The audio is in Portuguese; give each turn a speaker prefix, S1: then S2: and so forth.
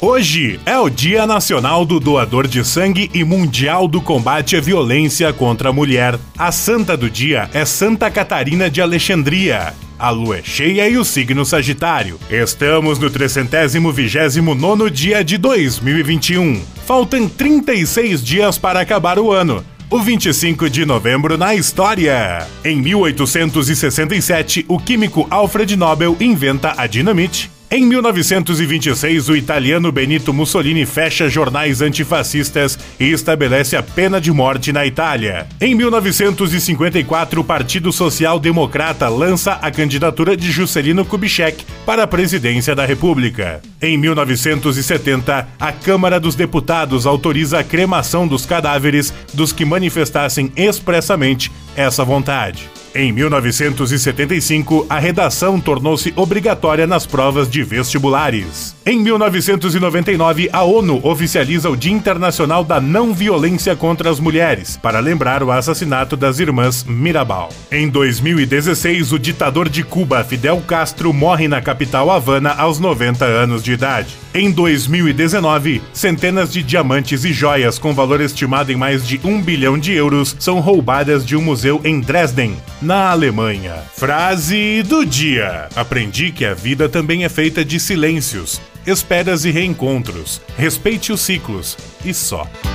S1: Hoje é o Dia Nacional do Doador de Sangue e Mundial do Combate à Violência contra a Mulher. A santa do dia é Santa Catarina de Alexandria. A lua é cheia e o signo Sagitário. Estamos no 329º dia de 2021. Faltam 36 dias para acabar o ano. O 25 de novembro na história. Em 1867, o químico Alfred Nobel inventa a dinamite. Em 1926, o italiano Benito Mussolini fecha jornais antifascistas e estabelece a pena de morte na Itália. Em 1954, o Partido Social Democrata lança a candidatura de Juscelino Kubitschek para a presidência da República. Em 1970, a Câmara dos Deputados autoriza a cremação dos cadáveres dos que manifestassem expressamente essa vontade. Em 1975, a redação tornou-se obrigatória nas provas de vestibulares. Em 1999, a ONU oficializa o Dia Internacional da Não Violência contra as Mulheres, para lembrar o assassinato das irmãs Mirabal. Em 2016, o ditador de Cuba, Fidel Castro, morre na capital Havana aos 90 anos de idade. Em 2019, centenas de diamantes e joias com valor estimado em mais de 1 bilhão de euros são roubadas de um museu em Dresden, na Alemanha. Frase do dia: aprendi que a vida também é feita de silêncios, esperas e reencontros. Respeite os ciclos e só.